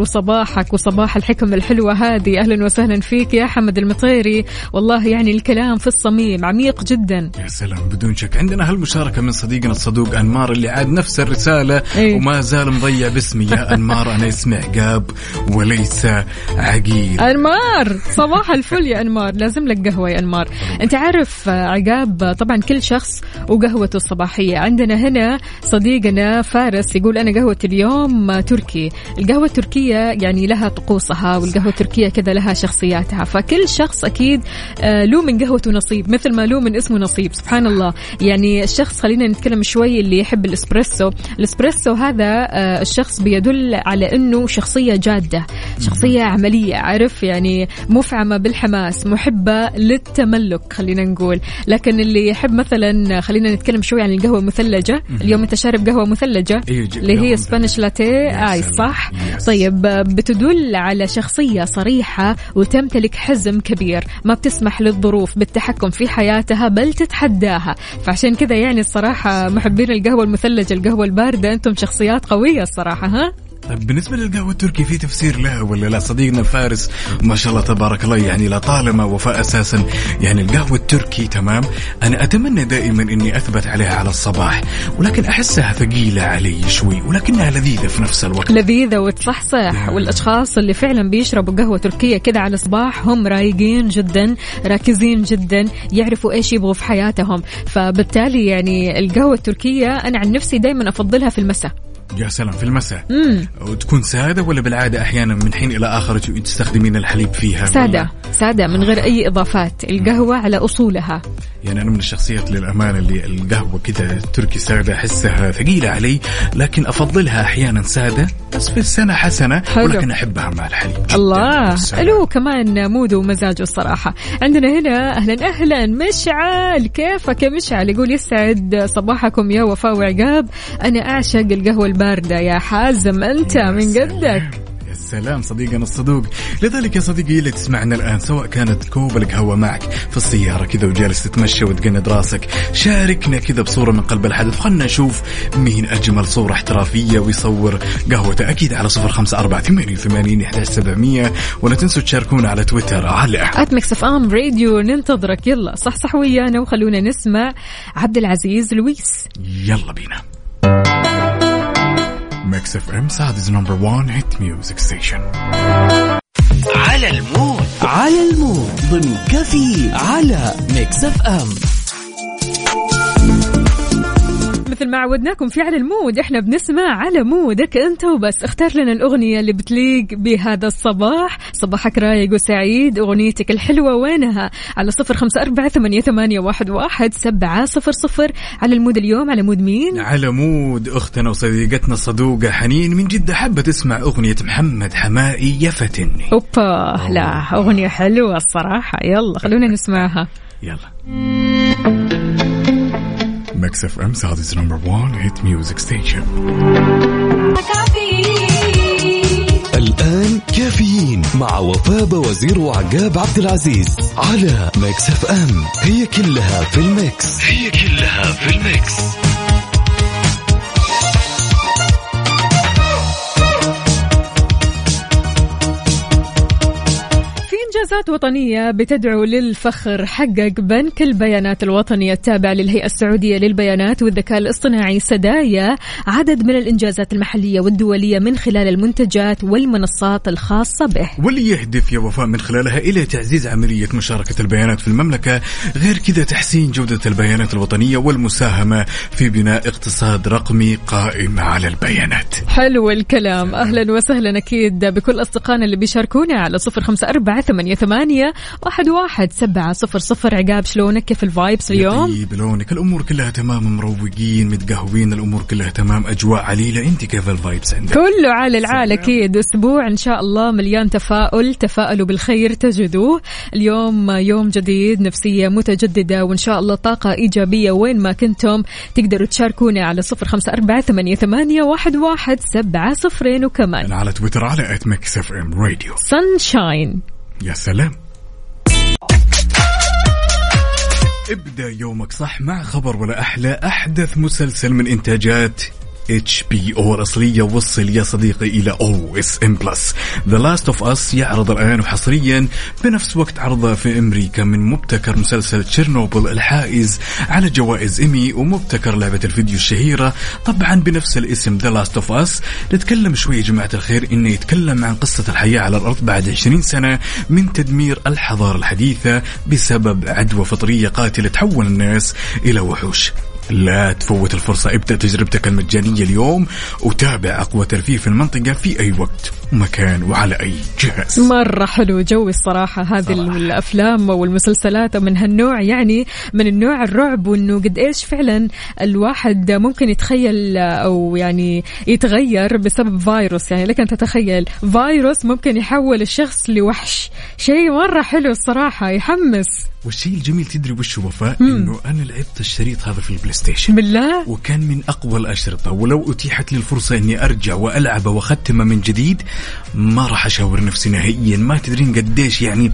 وصباحك وصباح الحكم الحلوة هذه. أهلا وسهلا فيك يا حمد المطيري، والله يعني الكلام في الصميم عميق جدا. يا سلام بدون شك. عندنا هالمشاركة من صديقنا الصدوق أنمار اللي عاد نفس الرسالة وما زال مضيع باسمي. يا أنمار أنا اسمي عقاب وليس عقيل. أنمار صباح الفل يا أنمار، لازم لك قهوة يا أنمار. أنت عارف عقاب طبعا كل شخص وقهوته الصباحية. عندنا هنا صديقنا فارس يقول أنا قهوة اليوم تركي. القهوة التركية يعني لها طقوسها، والقهوة التركية كذا لها شخصياتها، فكل شخص أكيد له من قهوته نصيب، مثل ما له من اسمه نصيب. سبحان الله. يعني الشخص خلينا نتكلم شوي اللي يحب الإسبريسو. الإسبريسو هذا الشخص بيدل على أنه شخصية جادة، شخصية عملية، عارف يعني مفعمة بالحماس، محبة للتملك خلينا نقول. لكن اللي يحب مثلا خلينا نتكلم شوي عن القهوة المثلجة. اليوم انت شارب قهوة مثلجة اللي هي سبانيش لاتيه اي صح؟ طيب بتدل على شخصية صريحة وتمتلك حزم كبير، ما بتسمح للظروف بالتحكم في حياتها بل تتحداها. فعشان كذا يعني الصراحة محبين القهوة المثلجة القهوة الباردة انتم شخصيات قوية الصراحة. ها طيب بالنسبة للقهوة التركي في تفسير لها ولا لا؟ صديقنا فارس ما شاء الله تبارك الله يعني لطالما وفاء أساسا يعني القهوة التركي تمام. أنا أتمنى دائما أني أثبت عليها على الصباح، ولكن أحسها ثقيلة علي شوي، ولكنها لذيذة في نفس الوقت، لذيذة وتصحصح. والأشخاص اللي فعلا بيشربوا قهوة تركية كده على الصباح هم رايقين جدا، راكزين جدا، يعرفوا إيش يبغوا في حياتهم. فبالتالي يعني القهوة التركية أنا عن نفسي دائما أفضلها في المساء. يا سلام في المساء. وتكون سادة ولا بالعادة أحيانا من حين إلى آخر تستخدمين الحليب فيها؟ سادة سادة من غير أي إضافات. القهوة على أصولها. يعني أنا من الشخصيات للأمانة اللي القهوة كده تركي سادة أحسها ثقيلة علي، لكن أفضلها أحيانا سادة بس في السنة حسنة حلو. ولكن أحبها مع الحليب. الله له كمان مود ومزاجه الصراحة. عندنا هنا أهلا مشعل، كيفك يا مشعل؟ يقول يسعد صباحكم يا وفاء وعقاب، أنا أعشق القهوة الباردة يا حازم، أنت من قدك. سلام صديقنا الصدوق. لذلك يا صديقي اللي تسمعنا الآن سواء كانت كوب القهوة معك في السيارة كذا وجالس تتمشى وتقند راسك، شاركنا كذا بصورة من قلب الحدث، خلنا نشوف مين أجمل صورة احترافية ويصور قهوته أكيد على 0548811700. ولا تنسوا تشاركونا على تويتر على @mixfm راديو. ننتظرك، يلا صح ويانا وخلونا نسمع عبد العزيز لويس. يلا بينا. ميكس اف ام سعوديز نمبر 1 هيت ميوزك ستيشن. على المود ضمن كافيين على ميكس اف ام. مثل ما عودناكم في على المود احنا بنسمع على مودك انت وبس. اختار لنا الأغنية اللي بتليق بهذا الصباح. صباحك رايق وسعيد، أغنيتك الحلوة وينها؟ على 0548811700. على المود اليوم على مود مين؟ على مود أختنا وصديقتنا الصدوقة حنين من جدة، حابة تسمع أغنية محمد حمائي يا فتني. أوبا لا أغنية حلوة الصراحة، يلا خلونا نسمعها. يلا ميكس اف ام سعوديز نمبر 1 هيت ميوزك ستيشن. الآن كافيين مع وفاء وزير وعقاب عبد العزيز على ميكس اف ام. هي كلها في الميكس. إنجازات وطنية بتدعو للفخر. حقق بنك البيانات الوطني التابع للهيئة السعودية للبيانات والذكاء الاصطناعي سدايا عدد من الإنجازات المحلية والدولية من خلال المنتجات والمنصات الخاصة به، واللي يهدف يا وفاء من خلالها إلى تعزيز عملية مشاركة البيانات في المملكة، غير كذا تحسين جودة البيانات الوطنية والمساهمة في بناء اقتصاد رقمي قائم على البيانات. حلو الكلام. أهلا وسهلا أكيد بكل أصدقائنا اللي بيشاركونا على 0548811700. عقاب شلونك؟ كيف الفايبس اليوم؟ طيب لونك الأمور كلها تمام، مروقين متقهوين، الأمور كلها تمام، أجواء عليلة. أنت كيف الفايبس عندك؟ كله على العال أكيد. أسبوع إن شاء الله مليان تفاؤل، تفاءلوا بالخير تجدوه. اليوم يوم جديد، نفسية متجددة، وإن شاء الله طاقة إيجابية. وين ما كنتم تقدروا تشاركونا على 0548811700 وكمان على تويتر على @mixfm radio sunshine. يا سلام. ابدأ يومك صح مع خبر ولا أحلى أحدث مسلسل من إنتاجات HBO الأصلية وصل يا صديقي إلى OSM+. The Last of Us يعرض الآن وحصريا بنفس وقت عرضه في أمريكا من مبتكر مسلسل تشيرنوبل الحائز على جوائز إيمي ومبتكر لعبة الفيديو الشهيرة طبعا بنفس الاسم The Last of Us. نتكلم شوي يا جماعة الخير إنه يتكلم عن قصة الحياة على الأرض بعد 20 سنة من تدمير الحضارة الحديثة بسبب عدوى فطرية قاتلة تحول الناس إلى وحوش. لا تفوت الفرصة، ابدأ تجربتك المجانية اليوم وتابع أقوى ترفيه في المنطقة في أي وقت ومكان وعلى أي جهاز. مرة حلو جوي الصراحة هذه الأفلام والمسلسلات من هالنوع، يعني من النوع الرعب، وإنه قد إيش فعلا الواحد ممكن يتخيل أو يعني يتغير بسبب فيروس. يعني لك أن تتخيل فيروس ممكن يحول الشخص لوحش. شيء مرة حلو الصراحة، يحمس. والشيء الجميل تدري وش وفاء؟ إنه أنا لعبت الشريط هذا في البلاي ستيشن بالله، وكان من أقوى الأشرطة، ولو أتيحت لي الفرصة إني أرجع وألعبه وأختمه من جديد ما راح أشاور نفسي نهائيا. ما تدرين قديش يعني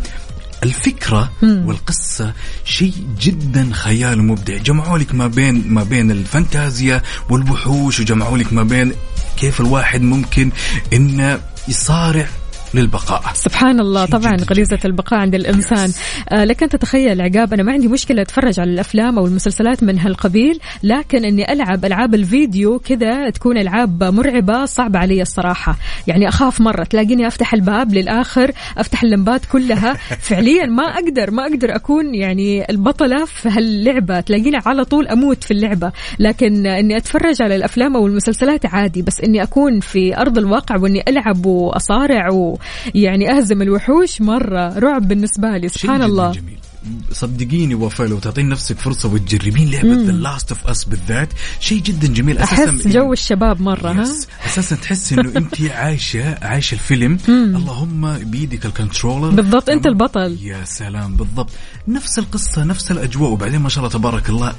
الفكرة والقصة شيء جدا خيال مبدع. جمعوا لك ما بين الفانتازيا والوحوش، وجمعوا لك ما بين كيف الواحد ممكن إنه يصارع للبقاء. سبحان الله، طبعا غريزة البقاء عند الإنسان. لكن تتخيل عقاب، أنا ما عندي مشكلة أتفرج على الأفلام أو المسلسلات من هالقبيل، لكن أني ألعاب الفيديو كذا تكون ألعاب مرعبة صعبة علي الصراحة. يعني أخاف مرة تلاقيني أفتح الباب للآخر، أفتح اللمبات كلها فعليا ما أقدر أكون يعني البطلة في هاللعبة، تلاقيني على طول أموت في اللعبة. لكن أني أتفرج على الأفلام أو المسلسلات عادي، بس أني أكون في أرض الواقع وأني ألعب وأصارع يعني أهزم الوحوش مرة رعب بالنسبة لي. سبحان الله جميل. صدقيني وفاء لو تعطين نفسك فرصة وتجربين لعبة The Last of Us بالذات شيء جدا جميل. أحس جو الشباب مرة أساسا تحس إنه أنت عايشة الفيلم. اللهم بيدك الكنترولر بالضبط، أنت البطل. يا سلام، بالضبط نفس القصة نفس الأجواء. وبعدين ما شاء الله تبارك الله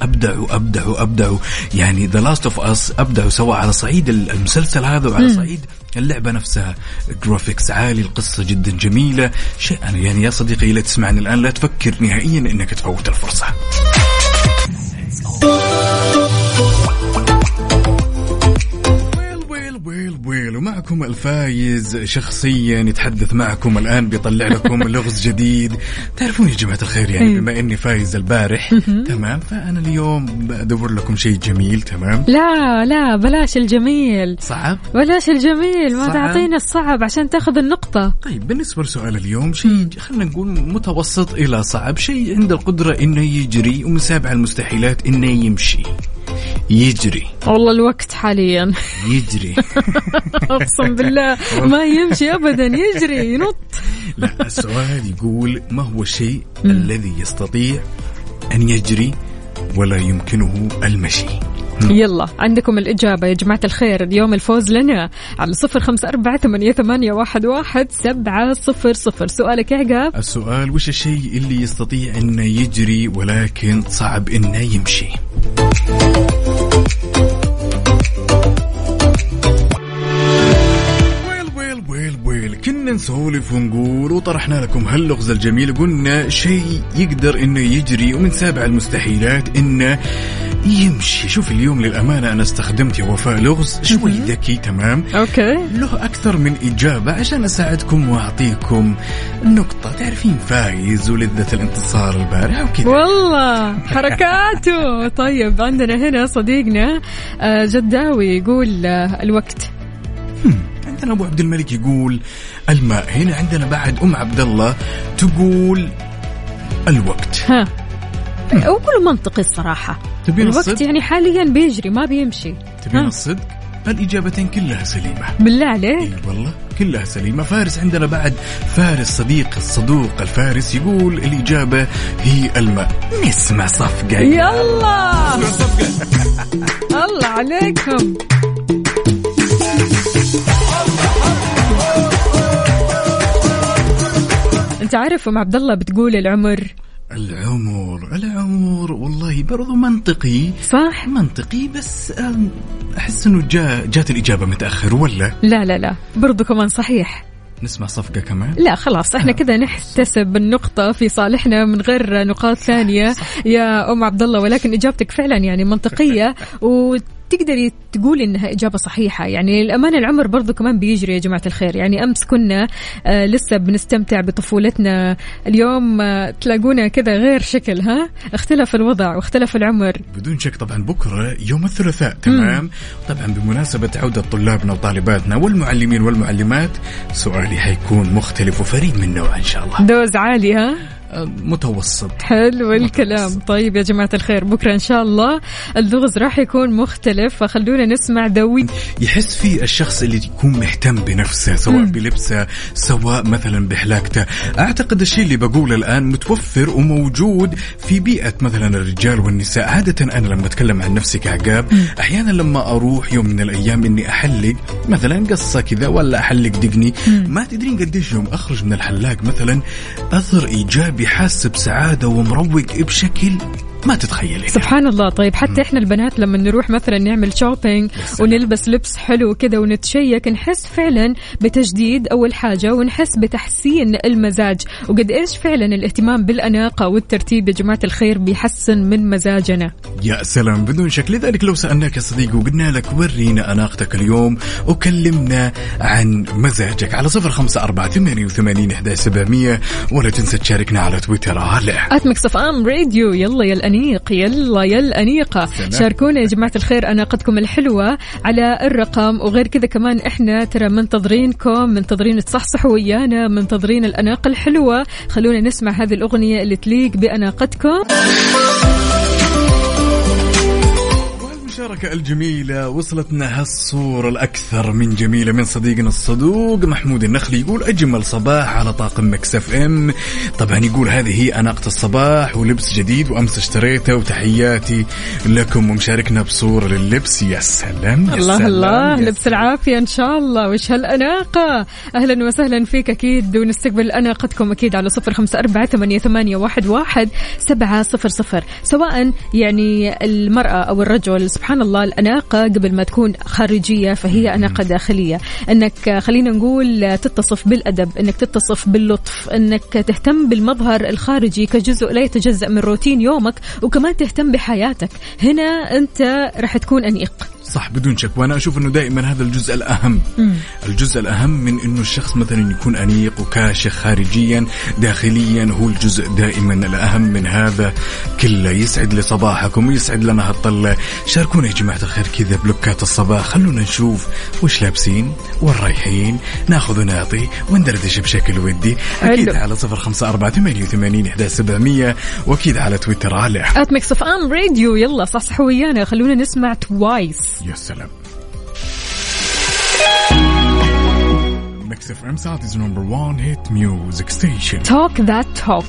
أبدعوا يعني The Last of Us أبدعوا سواء على صعيد المسلسل هذا وعلى صعيد اللعبة نفسها. جرافيكس عالي، القصة جدا جميلة. شيء أنا يعني يا صديقي لا تسمعني الآن لا تفكر نهائيا إنك تفوت الفرصة. ويل ومعكم الفايز شخصيا يتحدث معكم الآن، بيطلع لكم لغز جديد. تعرفون يا جماعة الخير يعني بما إني فايز البارح تمام، فأنا اليوم بدور لكم شيء جميل. تمام، لا بلاش الجميل، صعب بلاش الجميل، ما تعطينا الصعب عشان تاخذ النقطة. طيب بالنسبة لسؤال اليوم شيء خلنا نقول متوسط إلى صعب. شيء عنده القدرة إنه يجري ومن سابع المستحيلات إنه يجري. والله الوقت حاليا يجري أقسم بالله ما يمشي أبدا، يجري ينط. لا، السؤال يقول ما هو الشيء الذي يستطيع أن يجري ولا يمكنه المشي؟ يلا عندكم الإجابة يا جماعة الخير. اليوم الفوز لنا على 0548811700. سؤالك يا عقاب؟ السؤال وش الشيء اللي يستطيع أنه يجري ولكن صعب أنه يمشي؟ كنا نسولف ونقول وطرحنا لكم هاللغز الجميل. قلنا شيء يقدر انه يجري ومن سابع المستحيلات انه يمشي. شوف اليوم للأمانة أنا استخدمت يا وفاء لغز شوي ذكي. تمام، أوكي، له أكثر من إجابة عشان أساعدكم وأعطيكم نقطة. تعرفين فايز ولذة الانتصار البارح وكذا والله حركاته. طيب عندنا هنا صديقنا جداوي يقول الوقت. عندنا أبو عبد الملك يقول الماء. هنا عندنا بعد أم عبد الله تقول الوقت. وكل منطقي الصراحة. الوقت الصدق؟ يعني حاليا بيجري ما بيمشي. تبين الصدق؟ الإجابتين كلها سليمة بالله عليك. إيه والله كلها سليمة. فارس عندنا بعد فارس صديق الصدوق الفارس يقول الإجابة هي الماء. نسمع صفقة. يلا الله عليكم. انت عارف ام عبد الله بتقول العمر والله برضو منطقي. صح منطقي، بس أحس أنه جات الإجابة متأخر ولا لا برضو كمان صحيح. نسمع صفقة كمان. لا خلاص احنا كذا نحتسب النقطة في صالحنا من غير نقاط ثانية يا أم عبد الله. ولكن إجابتك فعلا يعني منطقية تقدري تقولي إنها إجابة صحيحة. يعني الأمانة العمر برضو كمان بيجري يا جماعة الخير. يعني أمس كنا لسه بنستمتع بطفولتنا، اليوم تلاقونا كذا غير شكل، اختلف الوضع واختلف العمر بدون شك. طبعا بكرة يوم الثلاثاء، تمام. طبعا بمناسبة عودة طلابنا وطالباتنا والمعلمين والمعلمات، سؤالي حيكون مختلف وفريد من نوعه إن شاء الله. دوز عالي متوسط. حلو الكلام. طيب يا جماعة الخير، بكرة إن شاء الله اللغز راح يكون مختلف، فخلونا نسمع دوي. يحس فيه الشخص اللي يكون مهتم بنفسه، سواء بلبسه سواء مثلا بحلاقته. أعتقد الشيء اللي بقوله الآن متوفر وموجود في بيئة مثلا الرجال والنساء. عادة أنا لما أتكلم عن نفسي كعقاب، أحيانا لما أروح يوم من الأيام إني أحلق مثلا قصة كذا ولا أحلق دقني، ما تدرين قديش يوم أخرج من الحلاق مثلا أثر إيجابي، حاسس بسعادة ومروق بشكل ما تتخيلين. سبحان الله. طيب حتى إحنا البنات لما نروح مثلا نعمل شوبينج ونلبس لبس حلو كده ونتشيك، نحس فعلا بتجديد أول حاجة، ونحس بتحسين المزاج. وقد إيش فعلا الاهتمام بالأناقة والترتيب يا جماعة الخير بيحسن من مزاجنا. يا سلام، بدون شك. لذلك لو سألناك يا صديقي وقلنا لك ورينا أناقتك اليوم وكلمنا عن مزاجك على 0548811700، ولا تنسى تشاركنا على تويتر على @mixfm_radio. يلا يا الأنيق، يلا يا الأنيقة، شاركونا يا جماعة الخير أناقتكم الحلوة على الرقم. وغير كذا كمان إحنا ترى منتظرينكم، منتظرين تصحصحوا ويانا، منتظرين الأناقة الحلوة. خلونا نسمع هذه الأغنية اللي تليق بأناقتكم. المشاركة الجميلة وصلتنا هالصورة الأكثر من جميلة من صديقنا الصدوق محمود النخلي. يقول أجمل صباح على طاقم ميكس اف ام. طبعا يقول هذه هي أناقة الصباح ولبس جديد وأمس اشتريته وتحياتي لكم، ومشاركنا بصورة لللبس. يا سلام يا الله سلام الله، يا لبس العافية إن شاء الله. وش هالأناقة. أهلا وسهلا فيك أكيد، ونستقبل أناقتكم أكيد على 0548811700. سواء يعني المرأة أو الرجل، سبحان الله الأناقة قبل ما تكون خارجية فهي أناقة داخلية. أنك خلينا نقول تتصف بالأدب، أنك تتصف باللطف، أنك تهتم بالمظهر الخارجي كجزء لا يتجزأ من روتين يومك، وكمان تهتم بحياتك. هنا أنت رح تكون أنيق. صح بدون شك. وأنا أشوف أنه دائما هذا الجزء الأهم، الجزء الأهم من أنه الشخص مثلا يكون أنيق وكاشخ خارجيا، داخليا هو الجزء دائما الأهم من هذا كله. يسعد لي صباحكم ويسعد لنا هالطلة. شاركونا يا جماعة الخير كذا بلوكات الصباح، خلونا نشوف وش لابسين والرايحين، ناخذ ونعطي وندردش بشكل ودي. أكيد على 0548811700، وأكيد على تويتر على @mixfm_radio. يلا صح ويانا، خلونا نسمع توايس. يا سلام. Mix FM Saudi's #1 hit music station. Talk that talk.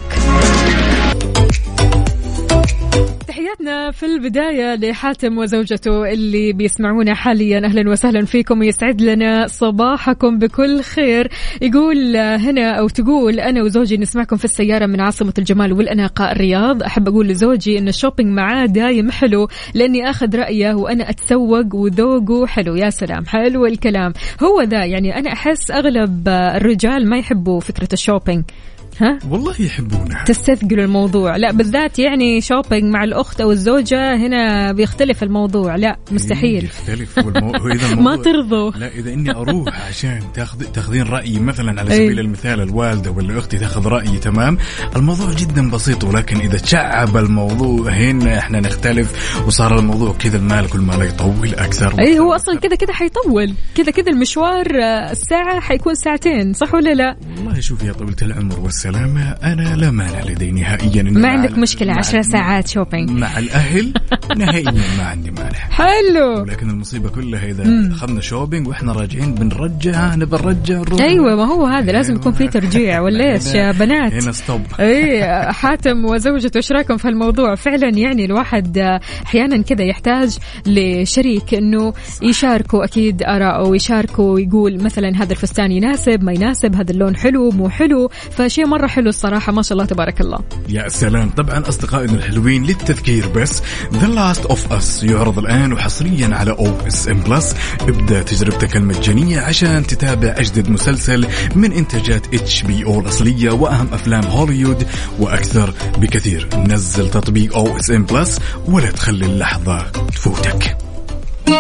تحياتنا في البداية لحاتم وزوجته اللي بيسمعونا حاليا، أهلا وسهلا فيكم ويسعد لنا صباحكم بكل خير. يقول هنا أو تقول أنا وزوجي نسمعكم في السيارة من عاصمة الجمال والأناقة الرياض. أحب أقول لزوجي إن الشوبينج معاه دايم حلو لأني أخذ رأيه وأنا أتسوق وذوقه حلو. يا سلام، حلو الكلام. هو ذا يعني أنا أحس أغلب الرجال ما يحبوا فكرة الشوبينج. والله يحبونها، تستثقلوا الموضوع. لا بالذات يعني شوبينج مع الأخت أو الزوجة هنا بيختلف الموضوع. لا مستحيل يختلف. ما ترضوا. لا إذا إني أروح عشان تاخذين رأيي مثلا على سبيل المثال الوالدة ولا أختي تاخذ رأيي، تمام، الموضوع جدا بسيط. ولكن إذا تشعب الموضوع هنا إحنا نختلف وصار الموضوع كذا، المال كل ما لا يطول أكثر. هو أصلا كذا حيطول، كذا المشوار الساعة حيكون ساعتين، صح ولا لا؟ والله شوف يا طويلة العمر والسلامة، أنا لا مانع لدي نهائيا. ما عندك مشكلة 10 ساعات شوبينج مع الأهل نهائيا ما عندي مانع. حلو. ولكن المصيبة كلها إذا أخذنا شوبينج وإحنا راجعين بنرجع أيوة، ما هو هذا لازم يكون في ترجيع ولا إيش يا بنات؟ هنا ستوب. حاتم وزوجته إيش رأيكم في الموضوع؟ فعلا يعني الواحد أحيانا كذا يحتاج لشريك إنه يشاركوا أكيد آراءه، ويشاركوا ويقول مثلا هذا الفستان يناسب ما يناسب، هذا اللون حلو مو حلو، فشيء مرة حلو الصراحة ما شاء الله تبارك الله. يا سلام. طبعا أصدقائنا الحلوين للتذكير بس، The Last of Us يعرض الآن وحصريا على OSM Plus. ابدأ تجربتك المجانية عشان تتابع أجدد مسلسل من إنتاجات HBO الأصلية وأهم أفلام هوليوود وأكثر بكثير. نزل تطبيق OSM Plus ولا تخلي اللحظة تفوتك.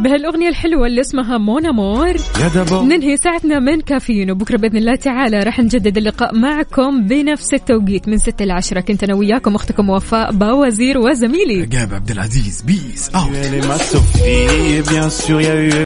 بهالأغنية الحلوة اللي اسمها مون أمور ننهي ساعتنا من كافيين، وبكرة بإذن الله تعالى راح نجدد اللقاء معكم بنفس التوقيت من 6 إلى 10. كنت أنا وياكم أختكم وفاء باوزير وزميلي عقاب عبد العزيز. بيس أوت.